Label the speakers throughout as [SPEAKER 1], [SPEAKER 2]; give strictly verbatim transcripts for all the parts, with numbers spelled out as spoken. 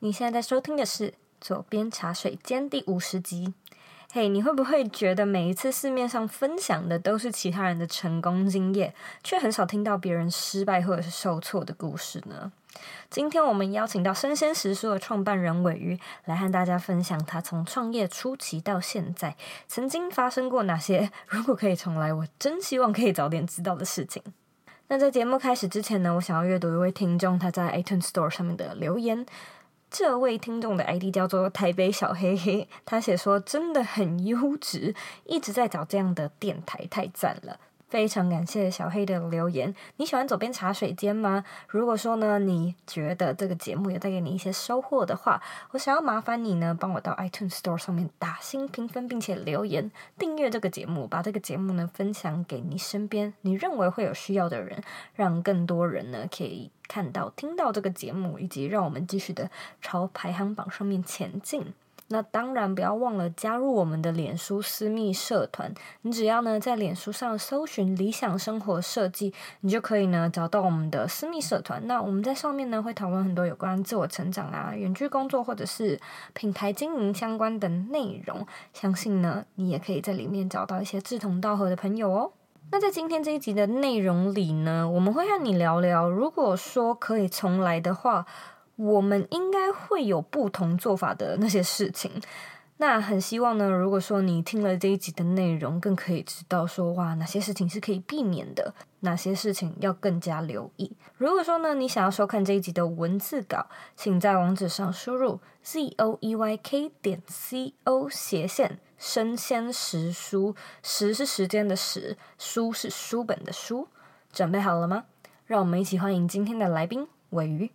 [SPEAKER 1] 你现在在收听的是左边茶水间第五十集。嘿、hey, 你会不会觉得每一次市面上分享的都是其他人的成功经验，却很少听到别人失败或者是受挫的故事呢？今天我们邀请到生鲜时书的创办人尾鱼来和大家分享他从创业初期到现在曾经发生过哪些如果可以重来我真希望可以早点知道的事情。那在节目开始之前呢，我想要阅读一位听众他在 iTunes Store 上面的留言。这位听众的 I D 叫做台北小黑黑，他写说真的很优质，一直在找这样的电台，太赞了。非常感谢小黑的留言。你喜欢左边茶水间吗？如果说呢你觉得这个节目有带给你一些收获的话，我想要麻烦你呢帮我到 iTunes Store 上面打星评分，并且留言订阅这个节目，把这个节目呢分享给你身边你认为会有需要的人，让更多人呢可以看到听到这个节目，以及让我们继续的朝排行榜上面前进。那当然不要忘了加入我们的脸书私密社团，你只要呢在脸书上搜寻理想生活设计，你就可以呢找到我们的私密社团。那我们在上面呢会讨论很多有关自我成长啊、远距工作或者是品牌经营相关的内容，相信呢你也可以在里面找到一些志同道合的朋友哦。那在今天这一集的内容里呢，我们会和你聊聊，如果说可以重来的话，我们应该会有不同做法的那些事情。那很希望呢，如果说你听了这一集的内容，更可以知道说哇，哪些事情是可以避免的，哪些事情要更加留意。如果说呢，你想要收看这一集的文字稿，请在网址上输入 zoeyk 点 co 斜线生鲜时书，时是时间的时，书是书本的书。准备好了吗？让我们一起欢迎今天的来宾尾鱼。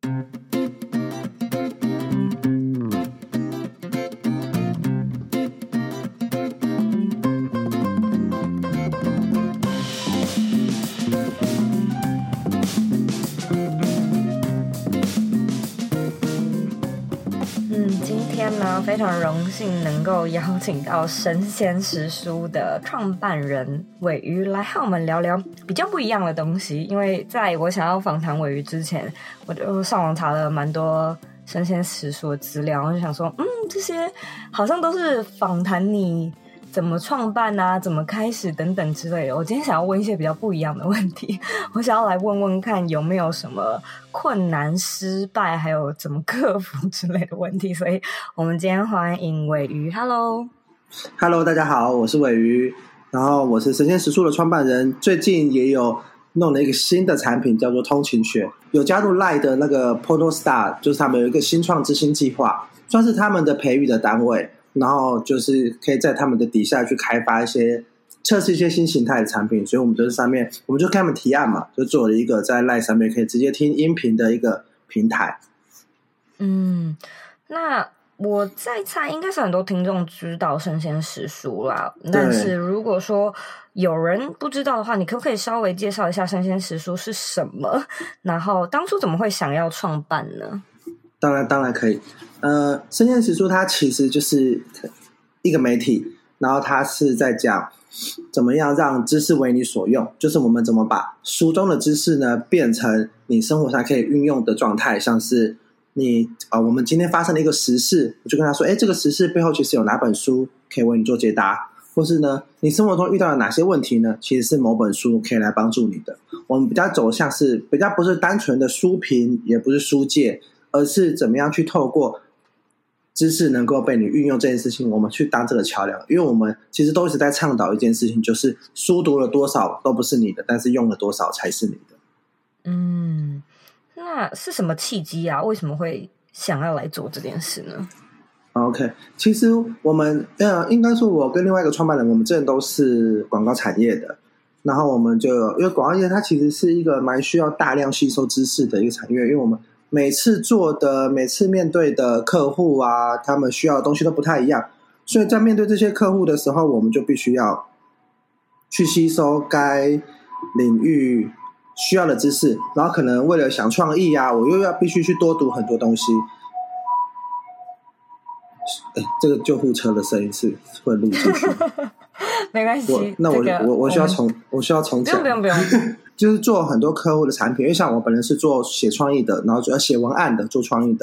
[SPEAKER 1] 嗯，今天呢非常荣幸能够邀请到生鲜时书的创办人尾鱼来和我们聊聊比较不一样的东西。因为在我想要访谈尾鱼之前，我就上网查了蛮多生鲜时书的资料，我就想说嗯，这些好像都是访谈你怎么创办啊，怎么开始等等之类的。我今天想要问一些比较不一样的问题，我想要来问问看有没有什么困难、失败，还有怎么克服之类的问题。所以我们今天欢迎尾鱼。 Hello
[SPEAKER 2] Hello 大家好，我是尾鱼，然后我是生鲜时书的创办人，最近也有弄了一个新的产品叫做通勤学，有加入 Line 的那个 Portal Star， 就是他们有一个新创之星计划，算是他们的培育的单位，然后就是可以在他们的底下去开发一些测试一些新形态的产品，所以我们就是上面我们就跟他们提案嘛，就做了一个在 Line 上面可以直接听音频的一个平台。
[SPEAKER 1] 嗯，那我在猜应该是很多听众知道生鲜时书啦，但是如果说有人不知道的话，你可不可以稍微介绍一下生鲜时书是什么，然后当初怎么会想要创办呢？
[SPEAKER 2] 当然当然可以。呃，生鲜时书它其实就是一个媒体，然后它是在讲怎么样让知识为你所用，就是我们怎么把书中的知识呢变成你生活上可以运用的状态，像是你呃，我们今天发生了一个时事，我就跟他说，哎，这个时事背后其实有哪本书可以为你做解答，或是呢，你生活中遇到了哪些问题呢？其实是某本书可以来帮助你的。我们比较走向是比较不是单纯的书评，也不是书界，而是怎么样去透过知识能够被你运用这件事情，我们去当这个桥梁。因为我们其实都一直在倡导一件事情，就是书读了多少都不是你的，但是用了多少才是你的。
[SPEAKER 1] 嗯，那是什么契机啊？为什么会想要来做这件事呢？
[SPEAKER 2] OK， 其实我们呃，应该说我跟另外一个创办人，我们这都是广告产业的，然后我们就因为广告业它其实是一个蛮需要大量吸收知识的一个产业，因为我们每次做的每次面对的客户啊，他们需要的东西都不太一样，所以在面对这些客户的时候，我们就必须要去吸收该领域需要的知识，然后可能为了想创意啊，我又要必须去多读很多东西。哎，这个救护车的声音是会录进去
[SPEAKER 1] 没关系，
[SPEAKER 2] 那我、这个、我我需要重我需要重讲，
[SPEAKER 1] 不用不用不用
[SPEAKER 2] 就是做很多客户的产品，因为像我本人是做写创意的，然后主要写文案的，做创意的，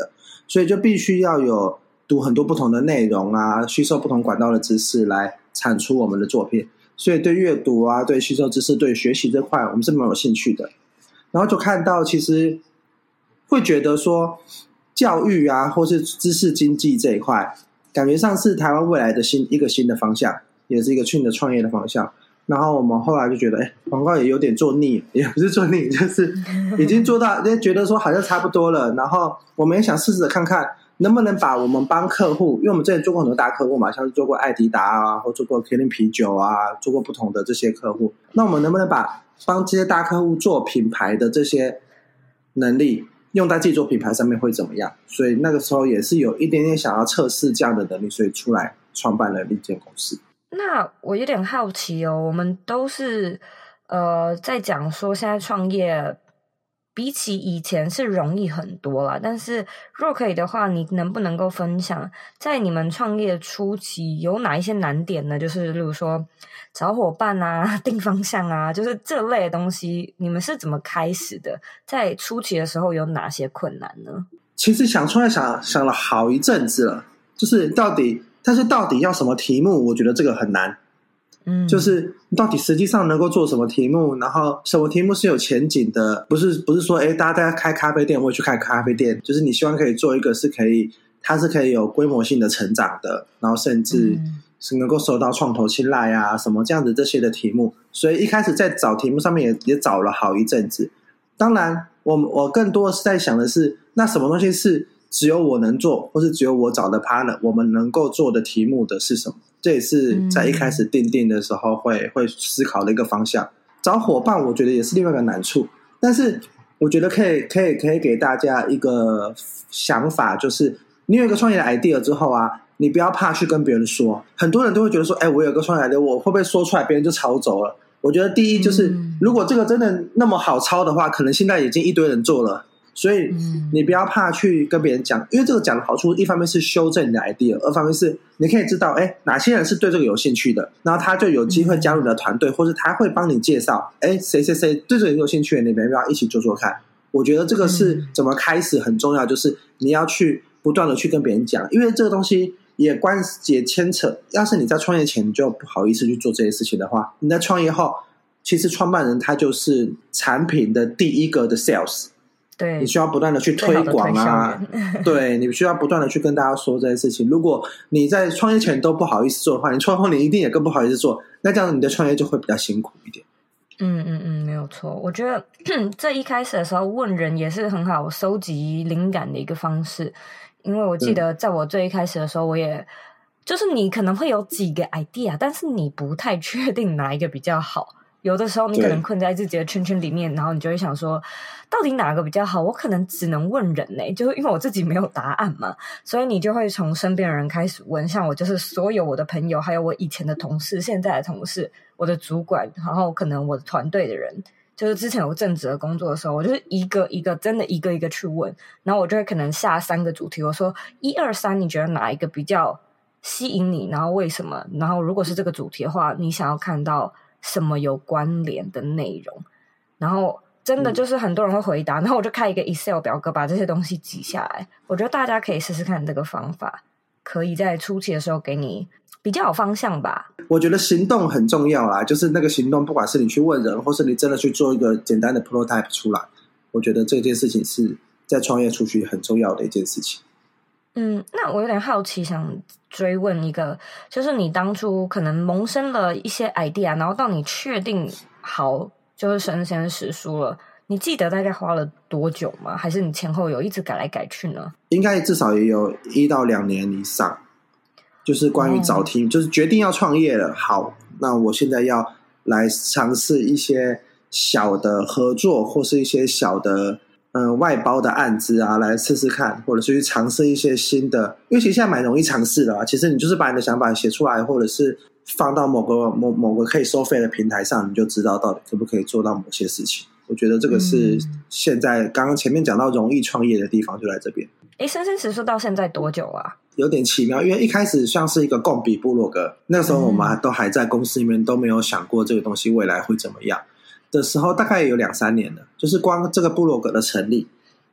[SPEAKER 2] 所以就必须要有读很多不同的内容啊，吸收不同管道的知识来产出我们的作品。所以对阅读啊，对吸收知识，对学习这块我们是蛮有兴趣的。然后就看到其实会觉得说教育啊或是知识经济这一块感觉上是台湾未来的新一个新的方向，也是一个新的创业的方向。然后我们后来就觉得哎，广告也有点做腻，也不是做腻，就是已经做到觉得说好像差不多了。然后我们也想试试看看能不能把我们帮客户，因为我们之前做过很多大客户嘛，像是做过艾迪达啊，或做过 Killing 啤酒啊，做过不同的这些客户，那我们能不能把帮这些大客户做品牌的这些能力用在自己做品牌上面会怎么样？所以那个时候也是有一点点想要测试这样的能力，所以出来创办了一间公司。
[SPEAKER 1] 那我有点好奇哦，我们都是呃在讲说现在创业比起以前是容易很多啦，但是若可以的话，你能不能够分享在你们创业初期有哪一些难点呢？就是例如说找伙伴啊、定方向啊，就是这类的东西，你们是怎么开始的？在初期的时候有哪些困难呢？
[SPEAKER 2] 其实想出来想想了好一阵子了，就是到底但是到底要什么题目，我觉得这个很难。嗯，就是到底实际上能够做什么题目，然后什么题目是有前景的，不是不是说诶大家在开咖啡店我也去开咖啡店，就是你希望可以做一个是可以它是可以有规模性的成长的，然后甚至是能够受到创投青睐啊什么这样子这些的题目。所以一开始在找题目上面也也找了好一阵子。当然我我更多是在想的是那什么东西是只有我能做，或是只有我找的 partner 我们能够做的题目的是什么，这也是在一开始定定的时候会会思考的一个方向。找伙伴我觉得也是另外一个难处，但是我觉得可以可以可以给大家一个想法，就是你有一个创业的 idea 之后啊，你不要怕去跟别人说。很多人都会觉得说哎，我有一个创业 idea 我会不会说出来别人就抄走了。我觉得第一就是如果这个真的那么好抄的话，可能现在已经一堆人做了，所以你不要怕去跟别人讲，因为这个讲的好处一方面是修正你的 idea， 二方面是你可以知道哎，哪些人是对这个有兴趣的，然后他就有机会加入你的团队，或是他会帮你介绍哎，谁谁谁对这个有兴趣的，你们要不要一起做做看。我觉得这个是怎么开始很重要，就是你要去不断的去跟别人讲，因为这个东西也关也牵扯，要是你在创业前就不好意思去做这些事情的话，你在创业后其实创办人他就是产品的第一个的 sales，
[SPEAKER 1] 对，
[SPEAKER 2] 你需要不断的去推广啊，对，你需要不断的去跟大家说这件事情。如果你在创业前都不好意思做的话，你创业后你一定也更不好意思做，那这样你的创业就会比较辛苦一点。
[SPEAKER 1] 嗯嗯嗯，没有错。我觉得这一开始的时候问人也是很好收集灵感的一个方式，因为我记得在我最一开始的时候，我也就是你可能会有几个 idea， 但是你不太确定哪一个比较好。有的时候你可能困在自己的圈圈里面，然后你就会想说到底哪个比较好，我可能只能问人欸，就是因为我自己没有答案嘛，所以你就会从身边的人开始问。像我就是所有我的朋友，还有我以前的同事，现在的同事，我的主管，然后可能我的团队的人，就是之前有正职的工作的时候，我就是一个一个真的一个一个去问，然后我就会可能下三个主题，我说一二三你觉得哪一个比较吸引你，然后为什么，然后如果是这个主题的话，你想要看到什么有关联的内容，然后真的就是很多人会回答，然后我就开一个 Excel 表格把这些东西记下来。我觉得大家可以试试看这个方法，可以在初期的时候给你比较有方向吧。
[SPEAKER 2] 我觉得行动很重要啦，就是那个行动不管是你去问人，或是你真的去做一个简单的 prototype 出来，我觉得这件事情是在创业初期很重要的一件事情。
[SPEAKER 1] 嗯，那我有点好奇，想追问一个，就是你当初可能萌生了一些 idea， 然后到你确定好就是身先士卒了，你记得大概花了多久吗？还是你前后有一直改来改去呢？
[SPEAKER 2] 应该至少也有一到两年以上，就是关于找题、哦、就是决定要创业了，好，那我现在要来尝试一些小的合作，或是一些小的嗯，外包的案子啊，来试试看，或者是去尝试一些新的，因为其实现在蛮容易尝试的啊。其实你就是把你的想法写出来，或者是放到某个某某个可以收费的平台上，你就知道到底可不可以做到某些事情。我觉得这个是现在刚刚前面讲到容易创业的地方就在这边。
[SPEAKER 1] 诶，生生时数到现在多久啊？
[SPEAKER 2] 有点奇妙，因为一开始像是一个共笔部落格，那时候我们都还在公司里面，都没有想过这个东西未来会怎么样的时候，大概也有两三年了，就是光这个部落格的成立。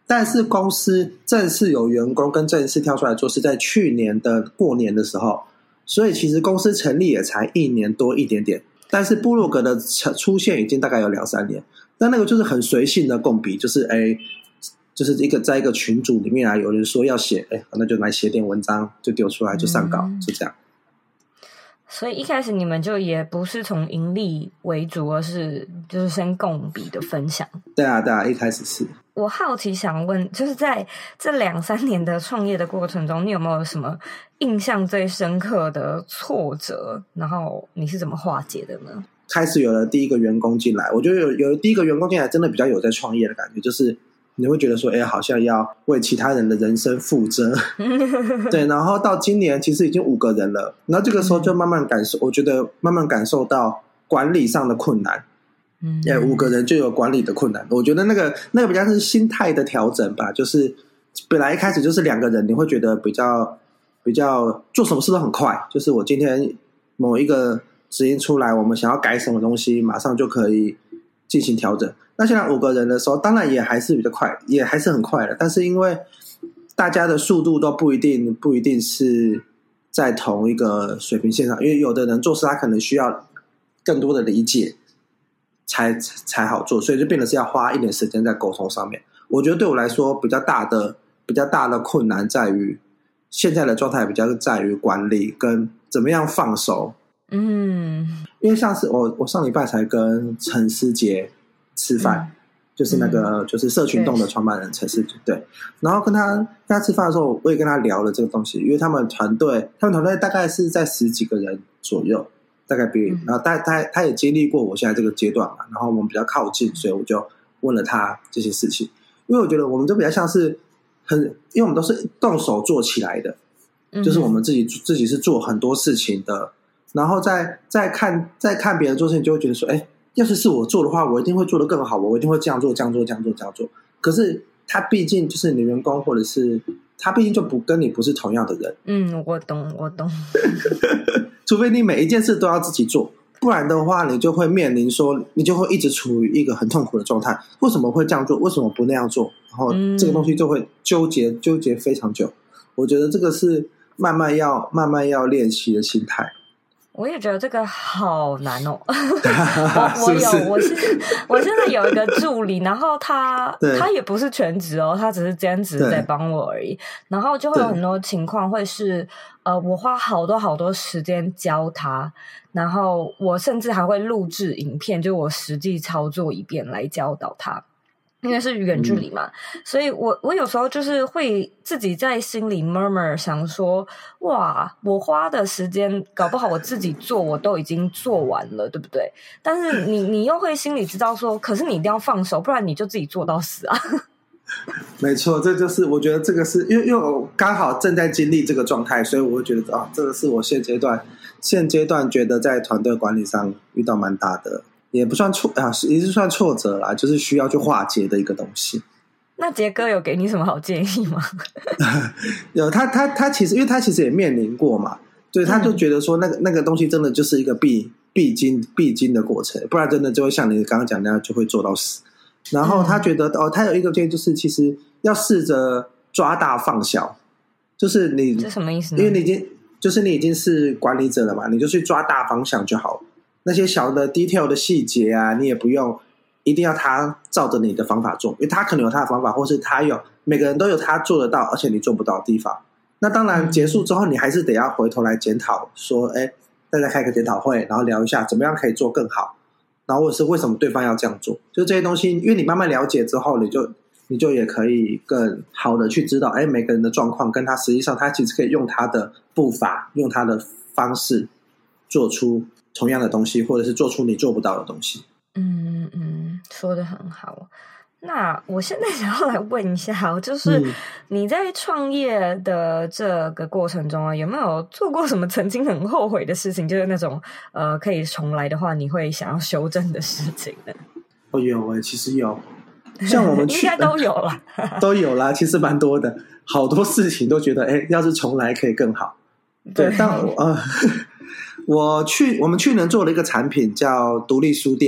[SPEAKER 2] 但是公司正式有员工跟正式跳出来做是在去年的过年的时候，所以其实公司成立也才一年多一点点，但是部落格的出现已经大概有两三年。但那个就是很随性的共笔，就是哎，就是一个在一个群组里面啊，有人说要写，哎，那就来写点文章，就丢出来就上稿，嗯、就这样。
[SPEAKER 1] 所以一开始你们就也不是从盈利为主，而是就是先共笔的分享。
[SPEAKER 2] 对啊，对啊，一开始是。
[SPEAKER 1] 我好奇想问，就是在这两三年的创业的过程中，你有没有什么印象最深刻的挫折？然后你是怎么化解的呢？
[SPEAKER 2] 开始有了第一个员工进来，我觉得有有了第一个员工进来，真的比较有在创业的感觉，就是你会觉得说，哎，好像要为其他人的人生负责。对，然后到今年其实已经五个人了，然后这个时候就慢慢感受，我觉得慢慢感受到管理上的困难。嗯，哎，五个人就有管理的困难，我觉得那个那个比较是心态的调整吧，就是本来一开始就是两个人，你会觉得比较比较做什么事都很快，就是我今天某一个指引出来，我们想要改什么东西，马上就可以进行调整。那现在五个人的时候，当然也还是比较快，也还是很快的，但是因为大家的速度都不一定不一定是在同一个水平线上，因为有的人做事他可能需要更多的理解才才好做，所以就变得是要花一点时间在沟通上面。我觉得对我来说比较大的比较大的困难在于现在的状态比较在于管理跟怎么样放手。嗯，因为像是我我上礼拜才跟陈思杰吃饭、嗯、就是那个、嗯、就是社群动的创办人陈思杰，对，然后跟他跟他吃饭的时候，我也跟他聊了这个东西，因为他们团队他们团队大概是在十几个人左右，大概比、嗯、然后他他他也经历过我现在这个阶段嘛，然后我们比较靠近，所以我就问了他这些事情，因为我觉得我们都比较像是很，因为我们都是动手做起来的，就是我们自己自己是做很多事情的。然后再再看再看别人做事情，就会觉得说，哎，要是是我做的话，我一定会做得更好，我一定会这样做这样做这样做这样做。可是他毕竟就是你员工，或者是他毕竟就不跟你不是同样的人。嗯，
[SPEAKER 1] 我懂我懂。
[SPEAKER 2] 除非你每一件事都要自己做，不然的话你就会面临说，你就会一直处于一个很痛苦的状态。为什么会这样做？为什么不那样做？然后这个东西就会纠结纠结非常久。我觉得这个是慢慢要慢慢要练习的心态。
[SPEAKER 1] 我也觉得这个好难哦。我我有我是我现在有一个助理，然后他他也不是全职哦，他只是兼职在帮我而已。然后就会有很多情况会是呃，我花好多好多时间教他，然后我甚至还会录制影片，就我实际操作一遍来教导他。因为是远距离嘛、嗯、所以我我有时候就是会自己在心里 murmur 想说，哇，我花的时间搞不好我自己做我都已经做完了，对不对？但是你你又会心里知道说，可是你一定要放手，不然你就自己做到死啊。
[SPEAKER 2] 没错，这就是我觉得这个是因为因为我刚好正在经历这个状态，所以我会觉得啊，这个是我现阶段现阶段觉得在团队管理上遇到蛮大的，也不算挫啊，也是算挫折啦，就是需要去化解的一个东西。
[SPEAKER 1] 那杰哥有给你什么好建议吗？
[SPEAKER 2] 有，他他他其实因为他其实也面临过嘛，对，他就觉得说那个、嗯、那个东西真的就是一个必必经必经的过程，不然真的就会像你刚刚讲那样就会做到死。然后他觉得、嗯、哦，他有一个建议就是其实要试着抓大放小，就是你
[SPEAKER 1] 这什么意思呢？
[SPEAKER 2] 因为你已经就是你已经是管理者了嘛，你就去抓大方向就好。那些小的 detail 的细节啊，你也不用一定要他照着你的方法做，因为他可能有他的方法，或是他有每个人都有他做得到而且你做不到的地方。那当然结束之后你还是得要回头来检讨说，哎，大家开个检讨会，然后聊一下怎么样可以做更好，然后或者是为什么对方要这样做，就这些东西因为你慢慢了解之后，你就你就也可以更好的去知道，哎，每个人的状况跟他实际上他其实可以用他的步伐用他的方式做出同样的东西，或者是做出你做不到的东西。
[SPEAKER 1] 嗯嗯，说得很好。那我现在想要来问一下，就是你在创业的这个过程中啊，有没有做过什么曾经很后悔的事情？就是那种呃，可以重来的话，你会想要修正的事情呢？
[SPEAKER 2] 哦，有诶、欸，其实有，像我们去
[SPEAKER 1] 应该都有啦，
[SPEAKER 2] 都有啦，其实蛮多的，好多事情都觉得，哎、欸，要是重来可以更好。对，对但我呃。我去我们去年做了一个产品叫独立书店，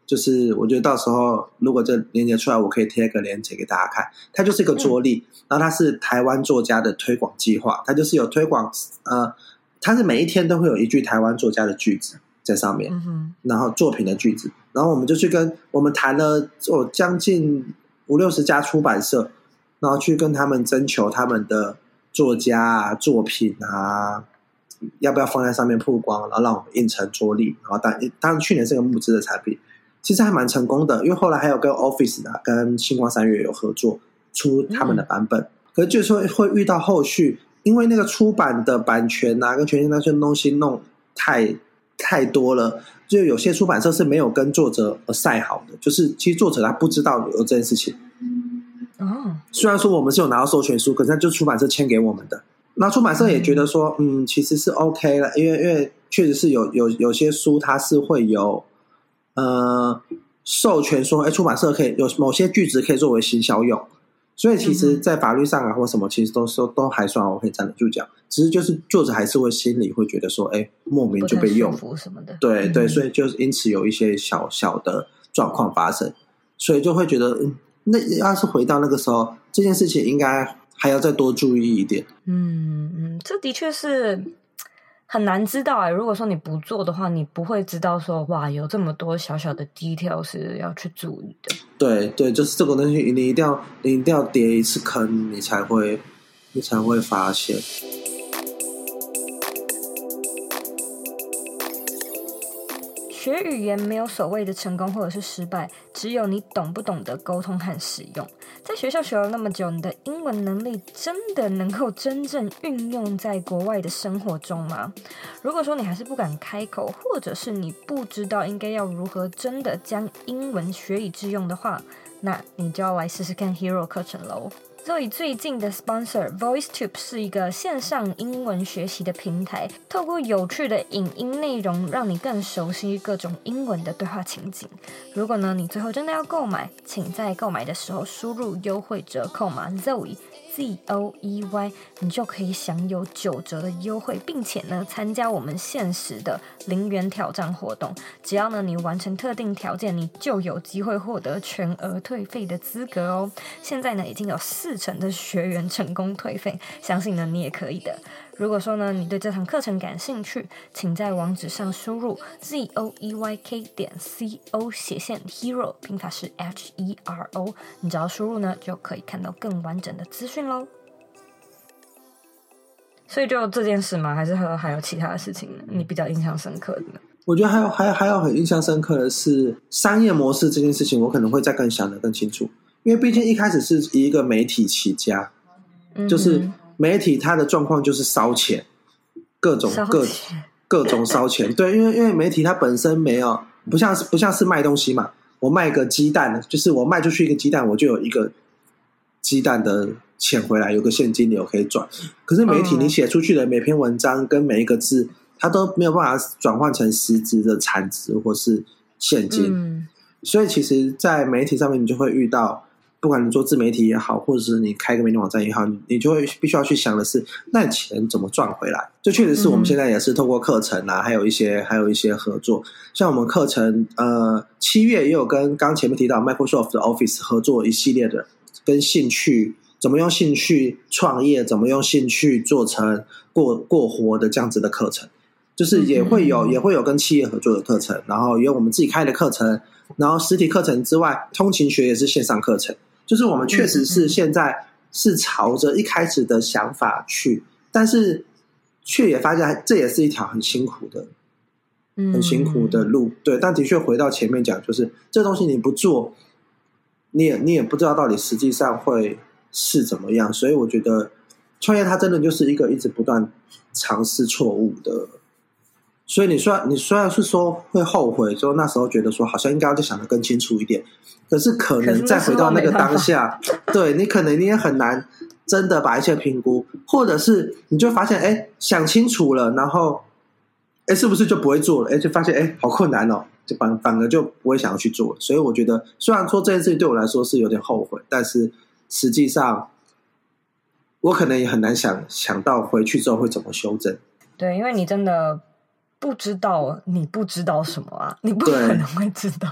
[SPEAKER 2] 就是我觉得到时候如果这链接出来，我可以贴个链接给大家看。它就是一个桌历，嗯、然后它是台湾作家的推广计划，它就是有推广呃，它是每一天都会有一句台湾作家的句子在上面，嗯、然后作品的句子，然后我们就去跟我们谈了哦将近五六十家出版社，然后去跟他们征求他们的作家啊作品啊。要不要放在上面曝光，然后让我们印成桌历，然后当当然去年是个募资的产品，其实还蛮成功的，因为后来还有跟 Office 的跟星光三月有合作出他们的版本，嗯、可是就是说会遇到后续，因为那个出版的版权啊跟权限那些东西弄太太多了，就有些出版社是没有跟作者晒好的，就是其实作者他不知道有这件事情。哦，虽然说我们是有拿到授权书，可是那就是出版社签给我们的。那出版社也觉得说，嗯，其实是 OK 了，因为因为确实是有有有些书它是会有呃授权说，哎，出版社可以有某些句子可以作为行销用，所以其实在法律上啊或什么，其实都都都还算 OK 站得住脚。只是就是作者还是会心里会觉得说，哎，莫名就被用
[SPEAKER 1] 什么的，
[SPEAKER 2] 对对，
[SPEAKER 1] 嗯、
[SPEAKER 2] 所以就是因此有一些小小的状况发生，所以就会觉得，嗯，那要是回到那个时候，这件事情应该还要再多注意一点。
[SPEAKER 1] 嗯嗯，这的确是很难知道哎、欸。如果说你不做的话，你不会知道说哇，有这么多小小的 detail 是要去注意的。
[SPEAKER 2] 对对，就是这个东西，你一定要你一定要跌一次坑，你才会你才会发现。
[SPEAKER 1] 学语言没有所谓的成功或者是失败，只有你懂不懂得沟通和使用。在学校学了那么久，你的英文能力真的能够真正运用在国外的生活中吗？如果说你还是不敢开口，或者是你不知道应该要如何真的将英文学以致用的话，那你就要来试试看 Hero 课程咯。Zoe 最近的 sponsor VoiceTube 是一个线上英文学习的平台，透过有趣的影音内容，让你更熟悉各种英文的对话情景。如果呢，你最后真的要购买，请在购买的时候输入优惠折扣码 Zoe Z O E Y， 你就可以享有九折的优惠，并且呢，参加我们限时的零元挑战活动。只要呢你完成特定条件，你就有机会获得全额退费的资格哦。现在呢，已经有四成的学员成功退费，相信呢你也可以的。如果说呢你对这堂课程感兴趣，请在网址上输入 z o e y k 点 c o 斜线 hero， 拼法是 H E R O， 你只要输入呢就可以看到更完整的资讯咯。所以就这件事吗？还是还有还有其他的事情呢？你比较印象深刻的呢？
[SPEAKER 2] 我觉得还有还有还有很印象深刻的是商业模式这件事情，我可能会再更想得更清楚，因为毕竟一开始是以一个媒体起家，嗯、就是媒体它的状况就是烧钱，各种各各种烧钱。对，因为因为媒体它本身没有不像是不像是卖东西嘛，我卖个鸡蛋，就是我卖出去一个鸡蛋，我就有一个鸡蛋的钱回来，有个现金流可以转。可是媒体你写出去的每篇文章跟每一个字，它都没有办法转换成实质的产值或是现金。嗯，所以其实在媒体上面你就会遇到，不管你做自媒体也好，或者是你开个媒体网站也好，你就会必须要去想的是，那钱怎么赚回来。这确实是我们现在也是透过课程啊，还有一些还有一些合作，像我们课程呃七月也有跟刚前面提到 Microsoft 的 Office 合作一系列的跟兴趣，怎么用兴趣创业，怎么用兴趣做成过过活的这样子的课程，就是也会有、嗯、也会有跟企业合作的课程，然后也有我们自己开的课程，然后实体课程之外，通勤学也是线上课程，就是我们确实是现在是朝着一开始的想法去，但是却也发现这也是一条很辛苦的很辛苦的路。对，但的确回到前面讲，就是这东西你不做，你也你也不知道到底实际上会是怎么样，所以我觉得创业它真的就是一个一直不断尝试错误的。所以你虽然你虽然是说会后悔，说那时候觉得说好像应该要再想得更清楚一点，可是可能再回到那个当下，对，你可能你也很难真的把一切评估，或者是你就发现哎想清楚了，然后哎是不是就不会做了，哎就发现哎好困难哦，就反反而就不会想要去做了。所以我觉得虽然说这件事情对我来说是有点后悔，但是实际上我可能也很难想想到回去之后会怎么修正。
[SPEAKER 1] 对，因为你真的不知道你不知道什么啊，你不可能会知道。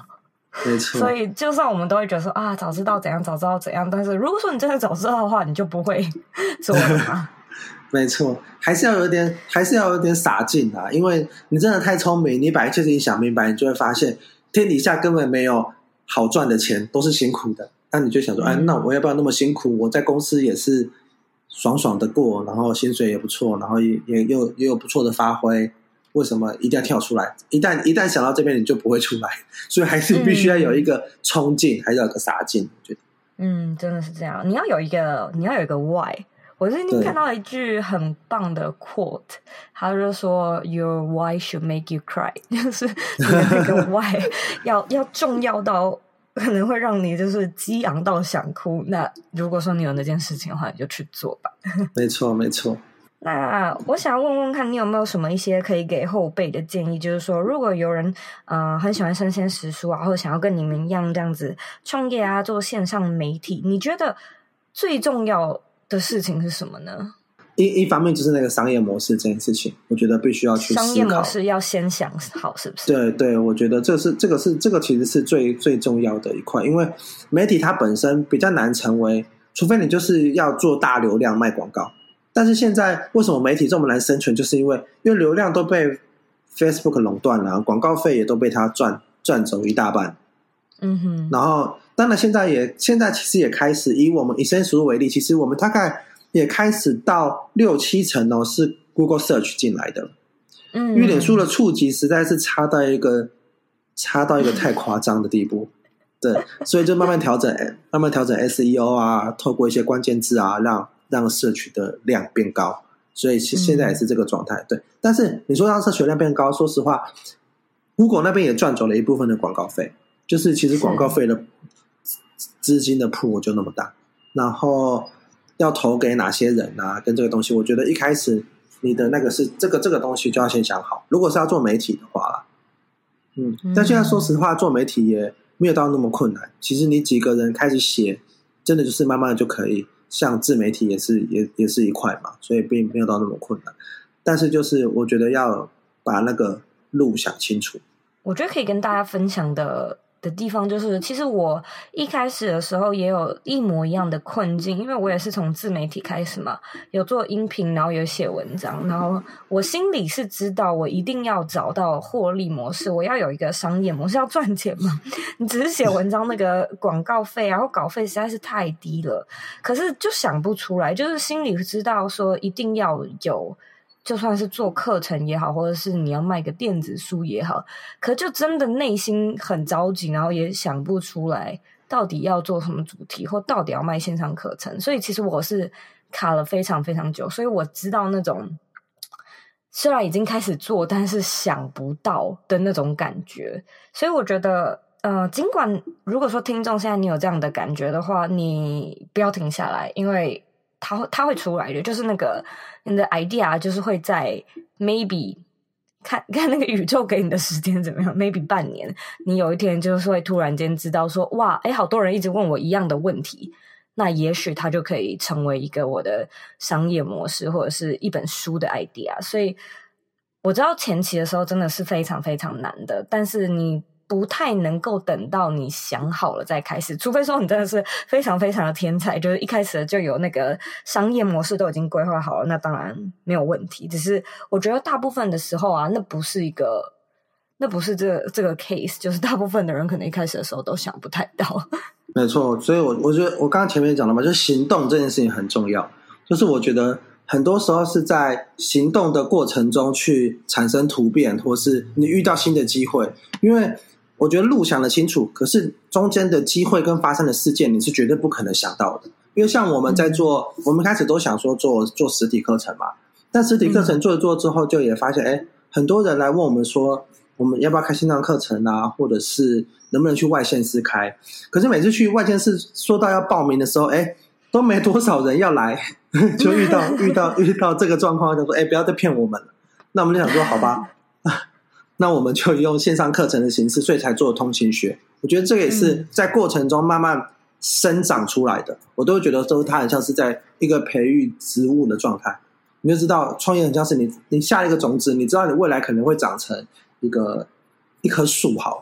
[SPEAKER 2] 没错。
[SPEAKER 1] 所以就算我们都会觉得说啊，早知道怎样，早知道怎样，但是如果说你真的早知道的话，你就不会做了嘛。
[SPEAKER 2] 没错，还是要有点，还是要有点洒劲啊！因为你真的太聪明，你把一切事情想明白，你就会发现天底下根本没有好赚的钱，都是辛苦的。那你就想说，哎，那我要不要那么辛苦？我在公司也是爽爽的过，然后薪水也不错，然后也也有也有不错的发挥，为什么一定要跳出来？一旦一旦想到这边，你就不会出来。所以还是必须要有一个冲劲，嗯、还是要有个洒劲。我觉得，
[SPEAKER 1] 嗯，真的是这样。你要有一个，你要有一个 why。我最近看到一句很棒的 quote， 他就说 Your why should make you cry， 就是你的那个 why 要要重要到可能会让你就是激昂到想哭。那如果说你有那件事情的话，你就去做吧。
[SPEAKER 2] 没错，没错。
[SPEAKER 1] 那我想问问看你有没有什么一些可以给后辈的建议，就是说如果有人呃很喜欢生鲜时书啊，或者想要跟你们一样这样子创业啊，做线上媒体，你觉得最重要的事情是什么呢？
[SPEAKER 2] 一一方面就是那个商业模式这件事情，我觉得必须要去思考。
[SPEAKER 1] 商业模式要先想好，是不是？
[SPEAKER 2] 对对，我觉得这是这个是这个其实是最最重要的一块，因为媒体它本身比较难成为，除非你就是要做大流量卖广告。但是现在为什么媒体这么难生存，就是因为因为流量都被 Facebook 垄断了，广告费也都被它赚赚走一大半。
[SPEAKER 1] 嗯哼，
[SPEAKER 2] 然后当然现在也现在其实也开始以我们以生鲜食物为例，其实我们大概也开始到六七成哦是 Google Search 进来的，嗯，因为脸书的触及实在是差到一个差到一个太夸张的地步，对，所以就慢慢调整慢慢调整 S E O 啊，透过一些关键字啊，让让Search的量变高，所以现在也是这个状态，嗯，对。但是你说让Search量变高，说实话 Google 那边也赚走了一部分的广告费，就是其实广告费的资金的pool就那么大，然后要投给哪些人啊，跟这个东西，我觉得一开始你的那个是这个这个东西就要先想好。如果是要做媒体的话啦，嗯，但现在说实话，做媒体也没有到那么困难。其实你几个人开始写，真的就是慢慢的就可以。像自媒体也是也也是一块嘛，所以并没有到那么困难。但是就是我觉得要把那个路想清楚。
[SPEAKER 1] 我觉得可以跟大家分享的的地方就是，其实我一开始的时候也有一模一样的困境，因为我也是从自媒体开始嘛，有做音频，然后有写文章，然后我心里是知道我一定要找到获利模式，我要有一个商业模式，要赚钱嘛。你只是写文章，那个广告费然后稿费实在是太低了，可是就想不出来，就是心里知道说一定要有。就算是做课程也好，或者是你要卖个电子书也好，可就真的内心很着急，然后也想不出来到底要做什么主题，或到底要卖线上课程。所以其实我是卡了非常非常久，所以我知道那种虽然已经开始做，但是想不到的那种感觉。所以我觉得呃，尽管如果说听众现在你有这样的感觉的话，你不要停下来，因为它会它会出来的，就是那个你的 idea 就是会在 maybe 看看那个宇宙给你的时间怎么样 maybe 半年，你有一天就是会突然间知道说哇，诶好多人一直问我一样的问题，那也许它就可以成为一个我的商业模式或者是一本书的 idea。 所以我知道前期的时候真的是非常非常难的，但是你不太能够等到你想好了再开始，除非说你真的是非常非常的天才，就是一开始就有那个商业模式都已经规划好了，那当然没有问题。只是我觉得大部分的时候啊，那不是一个那不是这个这个 case， 就是大部分的人可能一开始的时候都想不太到。
[SPEAKER 2] 没错，所以我我觉得我刚刚前面讲了嘛，就是行动这件事情很重要，就是我觉得很多时候是在行动的过程中去产生突变，或是你遇到新的机会，因为我觉得路想得清楚，可是中间的机会跟发生的事件你是绝对不可能想到的。因为像我们在做，我们开始都想说做做实体课程嘛，但实体课程做一做之后，就也发现，哎，很多人来问我们说，我们要不要开线上课程啊，或者是能不能去外县市开？可是每次去外县市说到要报名的时候，哎，都没多少人要来，就遇到遇到遇到这个状况，就说，哎，不要再骗我们了。那我们就想说，好吧。那我们就用线上课程的形式，所以才做通勤学。我觉得这个也是在过程中慢慢生长出来的。我都会觉得说它很像是在一个培育植物的状态。你就知道创业很像是你你下了一个种子，你知道你未来可能会长成一个一棵树好，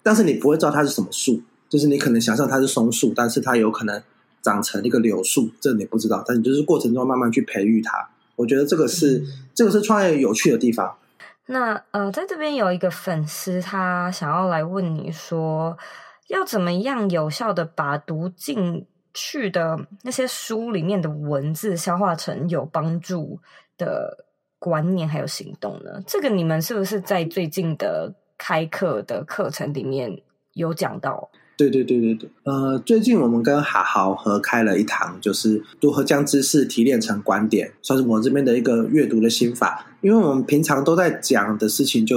[SPEAKER 2] 但是你不会知道它是什么树，就是你可能想象它是松树，但是它有可能长成一个柳树，这你不知道，但你就是过程中慢慢去培育它。我觉得这个是、嗯、这个是创业有趣的地方。
[SPEAKER 1] 那呃，在这边有一个粉丝，他想要来问你说，要怎么样有效的把读进去的那些书里面的文字消化成有帮助的观念还有行动呢？这个你们是不是在最近的开课的课程里面有讲到？
[SPEAKER 2] 对对对对对，呃，最近我们跟好好合开了一堂，就是如何将知识提炼成观点，算是我这边的一个阅读的心法。因为我们平常都在讲的事情就是，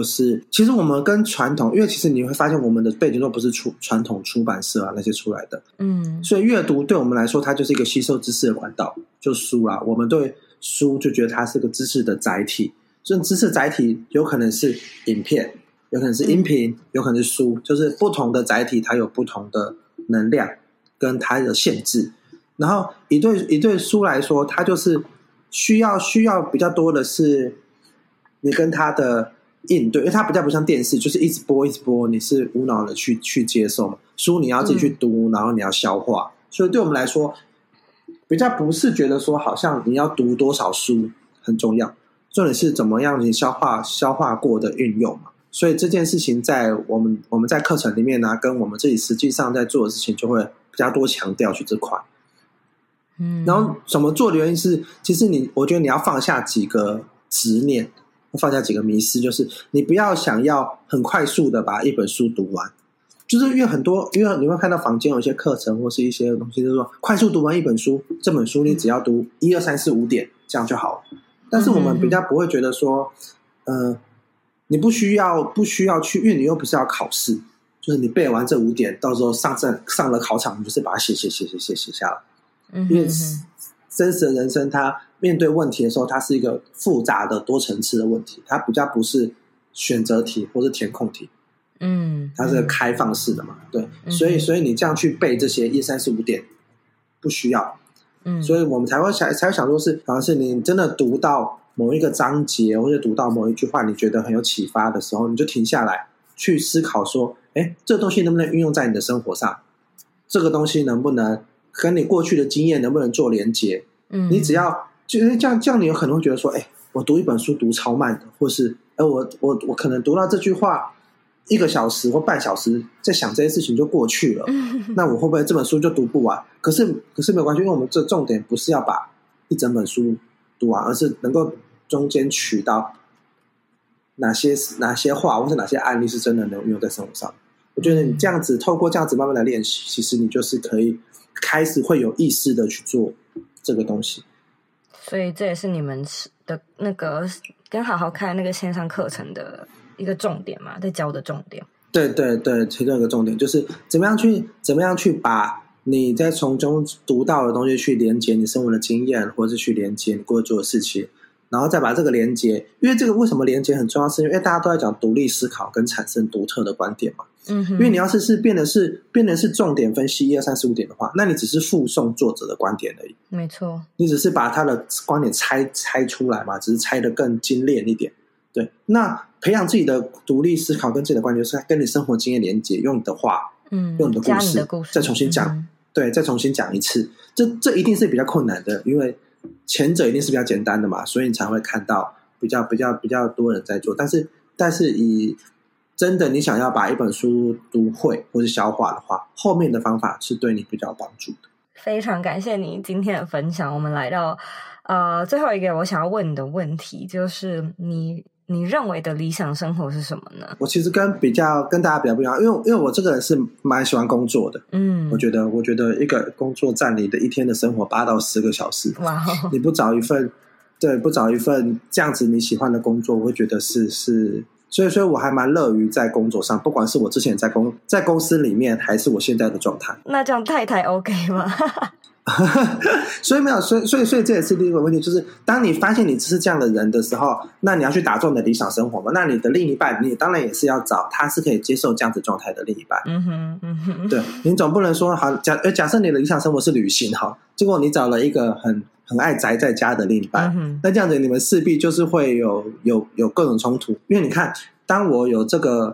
[SPEAKER 2] 其实我们跟传统，因为其实你会发现我们的背景都不是出传统出版社啊那些出来的，嗯，所以阅读对我们来说，它就是一个吸收知识的管道，就书啦。我们对书就觉得它是个知识的载体，所以知识载体有可能是影片。有可能是音频、嗯、有可能是书，就是不同的载体它有不同的能量跟它的限制。然后一对一对书来说，它就是需要需要比较多的是你跟它的应对，因为它比较不像电视，就是一直播一直播，你是无脑的去去接受嘛。书你要自己去读、嗯、然后你要消化，所以对我们来说比较不是觉得说好像你要读多少书很重要，重点是怎么样你消化消化过的运用嘛。所以这件事情在我们我们在课程里面呢、啊，跟我们自己实际上在做的事情就会比较多强调去这块。嗯，然后怎么做的原因是，其实你我觉得你要放下几个执念，放下几个迷思，就是你不要想要很快速的把一本书读完，就是因为很多因为你会看到坊间有一些课程或是一些东西，就是说快速读完一本书，这本书你只要读一二三四五点这样就好了。但是我们比较不会觉得说，呃。你不需要不需要去，因为你又不是要考试，就是你背完这五点，到时候上上上了考场，你就是把它写写写写写写下来。嗯，因为真实的人生，它面对问题的时候，它是一个复杂的多层次的问题，它比较不是选择题或是填空题。嗯，它是开放式的嘛，对，嗯、所以所以你这样去背这些一三四五点不需要。嗯，所以我们才会想才会想说是，好像是你真的读到某一个章节或者读到某一句话你觉得很有启发的时候，你就停下来去思考说，诶，这个东西能不能运用在你的生活上，这个东西能不能跟你过去的经验能不能做连结。嗯，你只要就是这样这样你有可能会觉得说，诶，我读一本书读超慢的，或是诶我我我可能读到这句话一个小时或半小时在想这些事情就过去了，那我会不会这本书就读不完？可是可是没有关系，因为我们这重点不是要把一整本书读完，而是能够中间取到哪些哪些话或是哪些案例是真的能用在生活上。我觉得你这样子透过这样子慢慢的练习，其实你就是可以开始会有意识的去做这个东西。
[SPEAKER 1] 所以这也是你们的那个跟好好开那个线上课程的一个重点嘛，在教的重点。
[SPEAKER 2] 对对对，其中一个重点就是怎么样去怎么样去把你在从中读到的东西去连接你生活的经验，或是去连接你过去做的事情，然后再把这个连接，因为这个为什么连接很重要，是因为大家都在讲独立思考跟产生独特的观点嘛。嗯哼，因为你要是是变得是变得是重点分析一二三四五点的话，那你只是附送作者的观点而已。
[SPEAKER 1] 没错，
[SPEAKER 2] 你只是把他的观点拆拆出来嘛，只是拆得更精炼一点。对，那培养自己的独立思考跟自己的观点，是跟你生活经验连接，用你的话，嗯，用你的故事，
[SPEAKER 1] 你的故事再
[SPEAKER 2] 重新讲，嗯，对，再重新讲一次。这这一定是比较困难的，因为前者一定是比较简单的嘛，所以你才会看到比较比较比较多人在做。但是但是以真的你想要把一本书读会或是消化的话，后面的方法是对你比较有帮助的。
[SPEAKER 1] 非常感谢你今天的分享。我们来到呃最后一个我想要问你的问题，就是你你认为的理想生活是什么呢？
[SPEAKER 2] 我其实跟比较跟大家比较不一样，因为因为我这个人是蛮喜欢工作的。嗯，我觉得我觉得一个工作占你的一天的生活八到十个小时。哇，你不找一份对不找一份这样子你喜欢的工作，我会觉得是是。所以，所以我还蛮乐于在工作上，不管是我之前在公在公司里面，还是我现在的状态。
[SPEAKER 1] 那这样太太 OK 吗？
[SPEAKER 2] 所以没有，所以所以所以这也是第一个问题，就是当你发现你是这样的人的时候，那你要去打造你的理想生活嘛。那你的另一半，你当然也是要找他是可以接受这样子状态的另一半。嗯哼，嗯哼，对，你总不能说好假假设你的理想生活是旅行哈，结果你找了一个很很爱宅在家的另一半，嗯，那这样子你们势必就是会有有有各种冲突，因为你看，当我有这个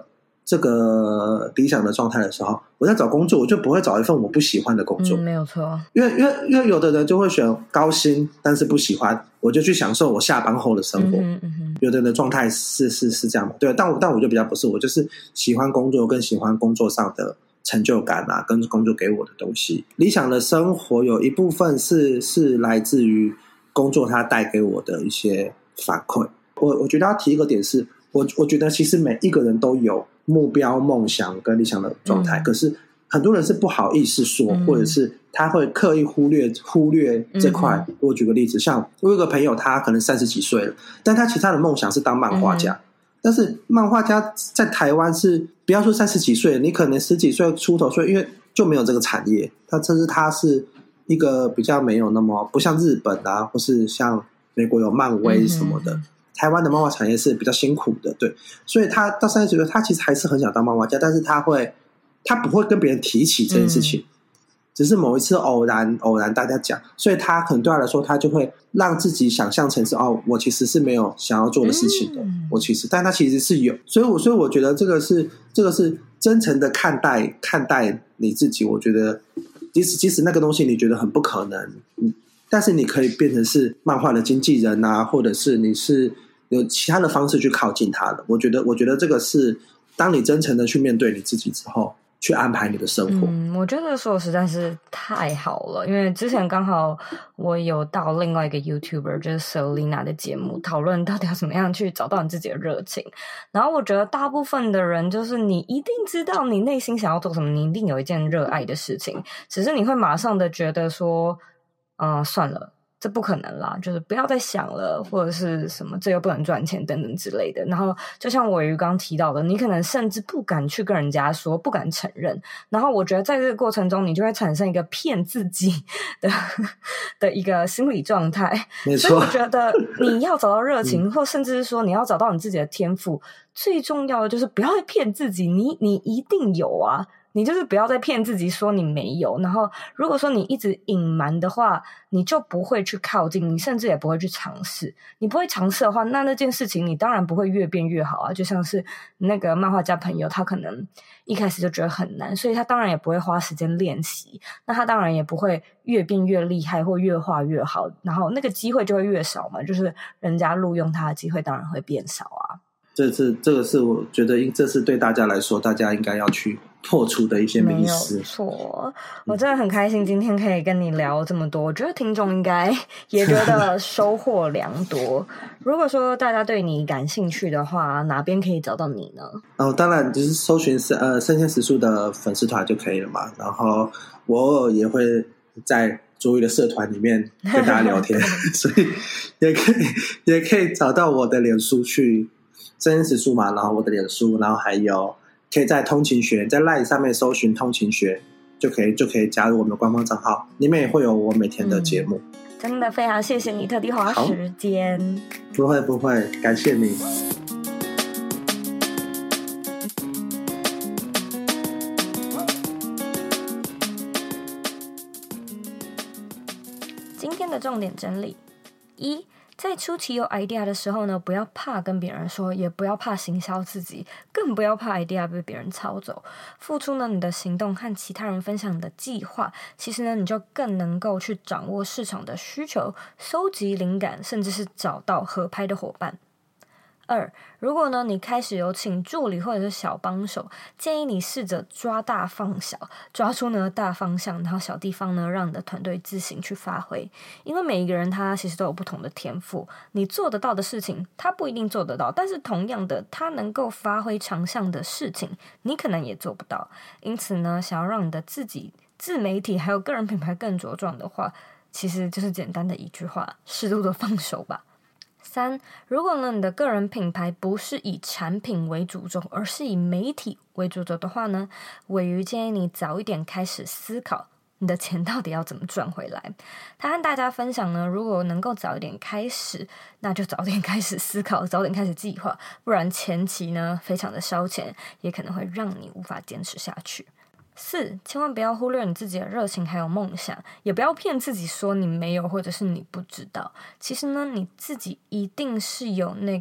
[SPEAKER 2] 这个理想的状态的时候，我在找工作，我就不会找一份我不喜欢的工作。
[SPEAKER 1] 嗯，没有错。
[SPEAKER 2] 因为因为因为有的人就会选高薪，但是不喜欢，我就去享受我下班后的生活。
[SPEAKER 1] 嗯嗯嗯、
[SPEAKER 2] 有的人的状态是是是这样嘛？对，但我但我就比较不是，我就是喜欢工作，更喜欢工作上的成就感啊，跟工作给我的东西。理想的生活有一部分是是来自于工作它带给我的一些反馈。我我觉得要提一个点是，我我觉得其实每一个人都有目标、梦想跟理想的状态，嗯、可是很多人是不好意思说，嗯、或者是他会刻意忽略忽略这块。嗯、我举个例子，像我有个朋友，他可能三十几岁了，但他其实他的梦想是当漫画家。嗯、但是漫画家在台湾是不要说三十几岁，你可能十几岁出头岁，因为就没有这个产业。他甚至他是一个比较没有那么不像日本啊，或是像美国有漫威什么的。嗯、台湾的漫画产业是比较辛苦的，对，所以他到三十几岁，他其实还是很想当漫画家，但是他会。他不会跟别人提起这件事情，嗯、只是某一次偶然偶然大家讲，所以他可能对他来说，他就会让自己想象成是哦，我其实是没有想要做的事情的，嗯、我其实，但他其实是有，所以我所以我觉得这个是这个是真诚的看待看待你自己。我觉得即使即使那个东西你觉得很不可能，嗯，但是你可以变成是漫画的经纪人啊，或者是你是有其他的方式去靠近他的。我觉得我觉得这个是当你真诚的去面对你自己之后。去安排你的生活。
[SPEAKER 1] 嗯，我觉得说的实在是太好了，因为之前刚好我有到另外一个 YouTuber 就是 Selina 的节目讨论到底要怎么样去找到你自己的热情，然后我觉得大部分的人就是你一定知道你内心想要做什么，你一定有一件热爱的事情，只是你会马上的觉得说嗯，算了，这不可能啦，就是不要再想了，或者是什么这又不能赚钱等等之类的。然后就像我鱼刚提到的，你可能甚至不敢去跟人家说，不敢承认。然后我觉得在这个过程中，你就会产生一个骗自己的的一个心理状态。
[SPEAKER 2] 没错。
[SPEAKER 1] 所以我觉得你要找到热情，嗯、或甚至是说你要找到你自己的天赋，最重要的就是不要再骗自己，你你一定有啊。你就是不要再骗自己说你没有，然后如果说你一直隐瞒的话，你就不会去靠近，你甚至也不会去尝试。你不会尝试的话，那那件事情你当然不会越变越好啊。就像是那个漫画家朋友，他可能一开始就觉得很难，所以他当然也不会花时间练习，那他当然也不会越变越厉害或越画越好，然后那个机会就会越少嘛，就是人家录用他的机会当然会变少啊。
[SPEAKER 2] 这是这个是我觉得这是对大家来说，大家应该要去破除的一些迷思。
[SPEAKER 1] 没有错，我真的很开心今天可以跟你聊这么多，我觉得听众应该也觉得收获良多。如果说大家对你感兴趣的话，哪边可以找到你呢？
[SPEAKER 2] 哦，当然就是搜寻呃生鲜时速的粉丝团就可以了嘛。然后我偶尔也会在卓宇的社团里面跟大家聊天，所以也可以也可以找到我的脸书去。生鲜时速嘛，然后我的脸书，然后还有可以在通勤学在 LINE 上面搜寻通勤学，就可以就可以加入我们的官方账号，里面也会有我每天的节目。
[SPEAKER 1] 嗯、真的非常谢谢你特地花时间。
[SPEAKER 2] 不会不会，感谢你。
[SPEAKER 1] 今天的重点整理一。在初期有 idea 的时候呢，不要怕跟别人说，也不要怕行销自己，更不要怕 idea 被别人抄走。付出呢你的行动和其他人分享你的计划，其实呢你就更能够去掌握市场的需求，收集灵感，甚至是找到合拍的伙伴。二，如果呢你开始有请助理或者是小帮手，建议你试着抓大放小，抓出呢大方向，然后小地方呢让你的团队自行去发挥。因为每一个人他其实都有不同的天赋，你做得到的事情他不一定做得到，但是同样的他能够发挥长项的事情你可能也做不到。因此呢想要让你的自己自媒体还有个人品牌更茁壮的话，其实就是简单的一句话，适度的放手吧。三，如果呢你的个人品牌不是以产品为主轴，而是以媒体为主轴的话呢，尾鱼建议你早一点开始思考你的钱到底要怎么赚回来。他和大家分享呢，如果能够早一点开始，那就早点开始思考，早点开始计划，不然前期呢非常的烧钱，也可能会让你无法坚持下去。四，千万不要忽略你自己的热情还有梦想，也不要骗自己说你没有或者是你不知道。其实呢，你自己一定是有那个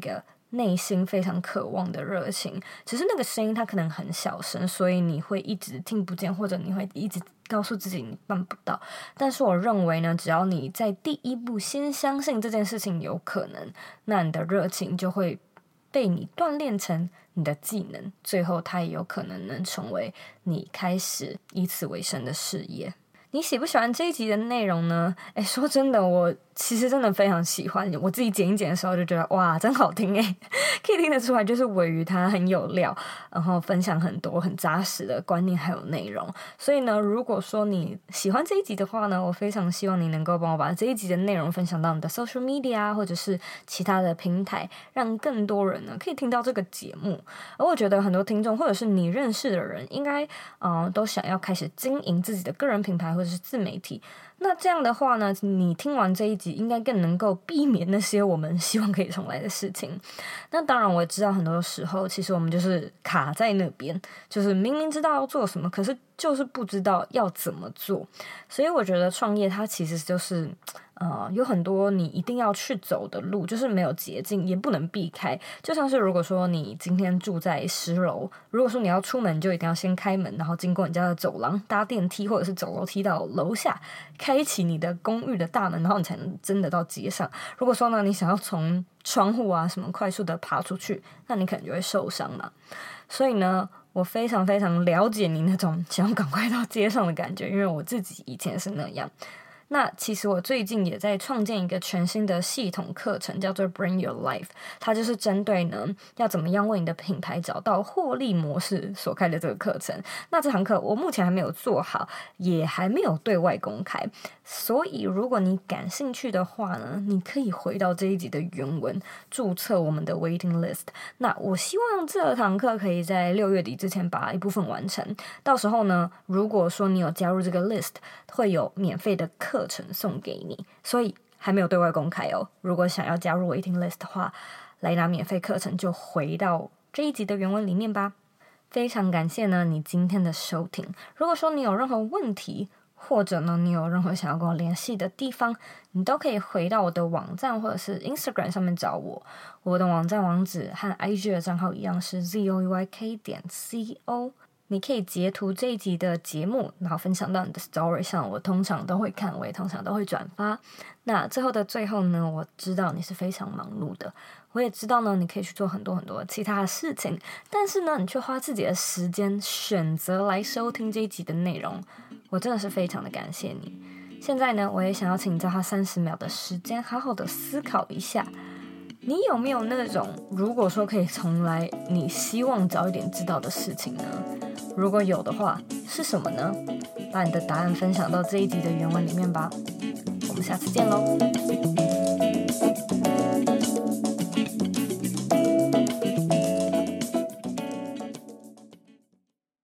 [SPEAKER 1] 内心非常渴望的热情，只是那个声音它可能很小声，所以你会一直听不见，或者你会一直告诉自己你办不到。但是我认为呢，只要你在第一步先相信这件事情有可能，那你的热情就会被你锻炼成你的技能，最后它也有可能能成为你开始以此为生的事业。你喜不喜欢这一集的内容呢？诶，说真的，我其实真的非常喜欢，我自己剪一剪的时候就觉得哇，真好听诶，可以听得出来就是鮪鱼它很有料，然后分享很多很扎实的观念还有内容。所以呢，如果说你喜欢这一集的话呢，我非常希望你能够帮我把这一集的内容分享到你的 social media 或者是其他的平台，让更多人呢可以听到这个节目。而我觉得很多听众或者是你认识的人，应该呃都想要开始经营自己的个人品牌或者是自媒体。那这样的话呢，你听完这一集应该更能够避免那些我们希望可以重来的事情。那当然我也知道很多时候其实我们就是卡在那边，就是明明知道要做什么，可是就是不知道要怎么做。所以我觉得创业它其实就是呃，有很多你一定要去走的路，就是没有捷径，也不能避开。就像是如果说你今天住在十楼，如果说你要出门，就一定要先开门，然后经过你家的走廊，搭电梯或者是走楼梯到楼下，开启你的公寓的大门，然后你才能真的到街上。如果说呢，你想要从窗户啊什么快速的爬出去，那你可能就会受伤嘛。所以呢，我非常非常了解你那种想要赶快到街上的感觉，因为我自己以前是那样。那其实我最近也在创建一个全新的系统课程，叫做 Bring Your Life， 它就是针对呢要怎么样为你的品牌找到获利模式所开的这个课程。那这堂课我目前还没有做好，也还没有对外公开，所以如果你感兴趣的话呢，你可以回到这一集的原文，注册我们的 waiting list。那我希望这堂课可以在六月底之前把一部分完成，到时候呢，如果说你有加入这个 list， 会有免费的课课程送给你，所以还没有对外公开哦。如果想要加入 waiting list 的话，来拿免费课程就回到这一集的原文里面吧。非常感谢呢你今天的收听。如果说你有任何问题，或者呢你有任何想要跟我联系的地方，你都可以回到我的网站或者是 Instagram 上面找我。我的网站网址和 I G 的账号一样是 zoyk 点 co。你可以截图这一集的节目，然后分享到你的 story 上，我通常都会看，我也通常都会转发。那最后的最后呢，我知道你是非常忙碌的，我也知道呢你可以去做很多很多其他的事情，但是呢你却花自己的时间选择来收听这一集的内容，我真的是非常的感谢你。现在呢，我也想要请你再花三十秒的时间，好好的思考一下，你有没有那种如果说可以重来，你希望早一点知道的事情呢？如果有的话，是什么呢？把你的答案分享到这一集的原文里面吧。我们下次见喽。